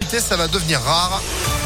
l'été, ça va devenir rare.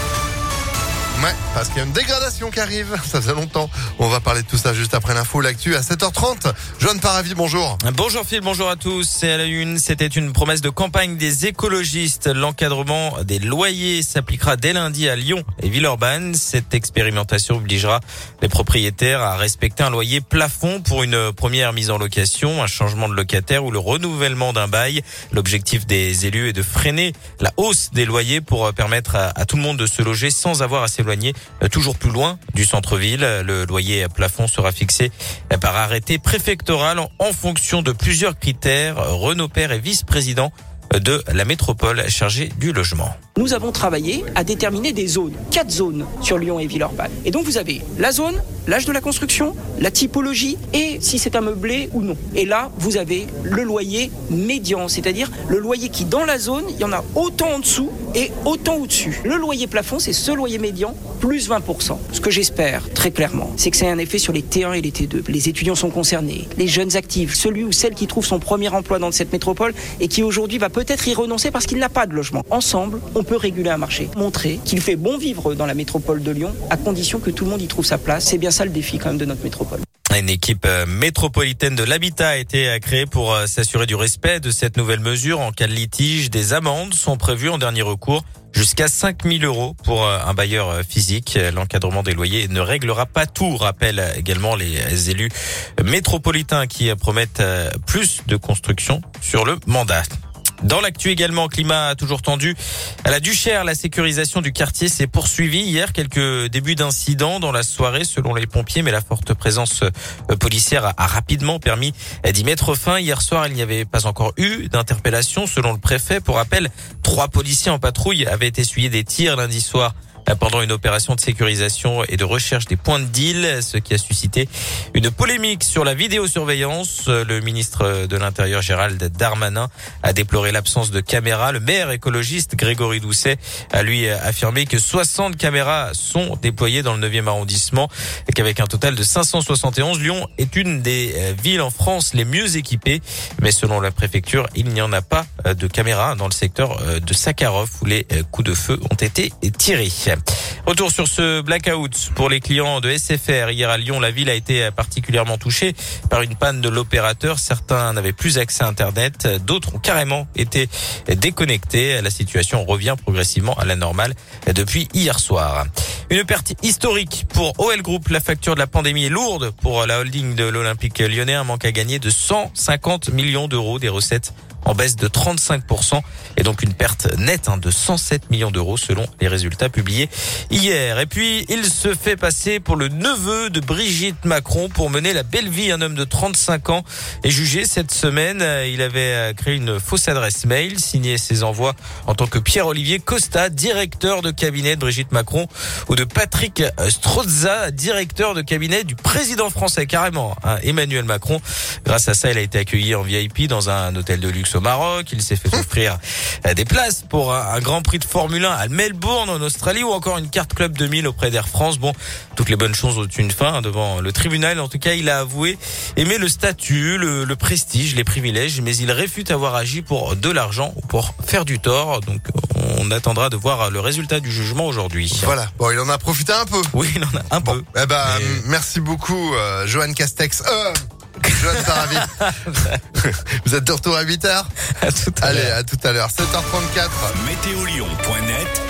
Ouais, parce qu'il y a une dégradation qui arrive. Ça faisait longtemps. On va parler de tout ça juste après l'info, l'actu à 7h30. Joanne Paravi, bonjour. Bonjour Phil, bonjour à tous. C'est à la une. C'était une promesse de campagne des écologistes. L'encadrement des loyers s'appliquera dès lundi à Lyon et Villeurbanne. Cette expérimentation obligera les propriétaires à respecter un loyer plafond pour une première mise en location, un changement de locataire ou le renouvellement d'un bail. L'objectif des élus est de freiner la hausse des loyers pour permettre à tout le monde de se loger sans avoir à s'éloigner toujours plus loin du centre-ville. Le loyer plafond sera fixé par arrêté préfectoral en fonction de plusieurs critères. Renaud Père est vice-président de la métropole chargée du logement. Nous avons travaillé à déterminer des zones, 4 zones sur Lyon et Villeurbanne. Et donc vous avez la zone, l'âge de la construction, la typologie et si c'est un meublé ou non. Et là, vous avez le loyer médian, c'est-à-dire le loyer qui dans la zone, il y en a autant en dessous et autant au-dessus. Le loyer plafond, c'est ce loyer médian plus 20%. Ce que j'espère très clairement, c'est que ça ait un effet sur les T1 et les T2. Les étudiants sont concernés, les jeunes actifs, celui ou celle qui trouve son premier emploi dans cette métropole et qui aujourd'hui va peut-être y renoncer parce qu'il n'a pas de logement. Ensemble, on peut réguler un marché, montrer qu'il fait bon vivre dans la métropole de Lyon à condition que tout le monde y trouve sa place. C'est bien ça le défi quand même de notre métropole. Une équipe métropolitaine de l'habitat a été créée pour s'assurer du respect de cette nouvelle mesure. En cas de litige, des amendes sont prévues en dernier recours jusqu'à 5 000 € pour un bailleur physique. L'encadrement des loyers ne réglera pas tout, rappellent également les élus métropolitains qui promettent plus de construction sur le mandat. Dans l'actu également, climat toujours tendu. À la Duchère, la sécurisation du quartier s'est poursuivie. Hier, quelques débuts d'incidents dans la soirée selon les pompiers, mais la forte présence policière a rapidement permis d'y mettre fin. Hier soir, il n'y avait pas encore eu d'interpellation selon le préfet. Pour rappel, 3 policiers en patrouille avaient essuyé des tirs lundi soir pendant une opération de sécurisation et de recherche des points de deal, ce qui a suscité une polémique sur la vidéosurveillance. Le ministre de l'Intérieur, Gérald Darmanin, a déploré l'absence de caméras. Le maire écologiste, Grégory Doucet, a lui affirmé que 60 caméras sont déployées dans le 9e arrondissement et qu'avec un total de 571, Lyon est une des villes en France les mieux équipées. Mais selon la préfecture, il n'y en a pas de caméras dans le secteur de Sakharov où les coups de feu ont été tirés. Retour sur ce blackout pour les clients de SFR. Hier à Lyon, la ville a été particulièrement touchée par une panne de l'opérateur. Certains n'avaient plus accès à Internet, d'autres ont carrément été déconnectés. La situation revient progressivement à la normale depuis hier soir. Une perte historique pour OL Group. La facture de la pandémie est lourde pour la holding de l'Olympique lyonnais. Un manque à gagner de 150 millions d'euros, des recettes en baisse de 35% et donc une perte nette de 107 millions d'euros selon les résultats publiés hier. Et puis, il se fait passer pour le neveu de Brigitte Macron pour mener la belle vie. Un homme de 35 ans est jugé cette semaine. Il avait créé une fausse adresse mail, signé ses envois en tant que Pierre-Olivier Costa, directeur de cabinet de Brigitte Macron, ou de Patrick Strozza, directeur de cabinet du président français, carrément, Emmanuel Macron. Grâce à ça, il a été accueilli en VIP dans un hôtel de luxe au Maroc. Il s'est fait offrir des places pour un Grand Prix de Formule 1 à Melbourne en Australie ou encore une carte Club 2000 auprès d'Air France. Bon, toutes les bonnes choses ont une fin devant le tribunal. En tout cas, il a avoué aimer le statut, le prestige, les privilèges, mais il réfute avoir agi pour de l'argent ou pour faire du tort. Donc, on attendra de voir le résultat du jugement aujourd'hui. Voilà. Bon, il en a profité un peu. Oui, il en a un peu. Eh ben, merci beaucoup, Joanne Castex. Joanne Paravi. Vous êtes de retour à 8h? À tout à l'heure. Allez, à tout à l'heure. 7h34. Météolion.net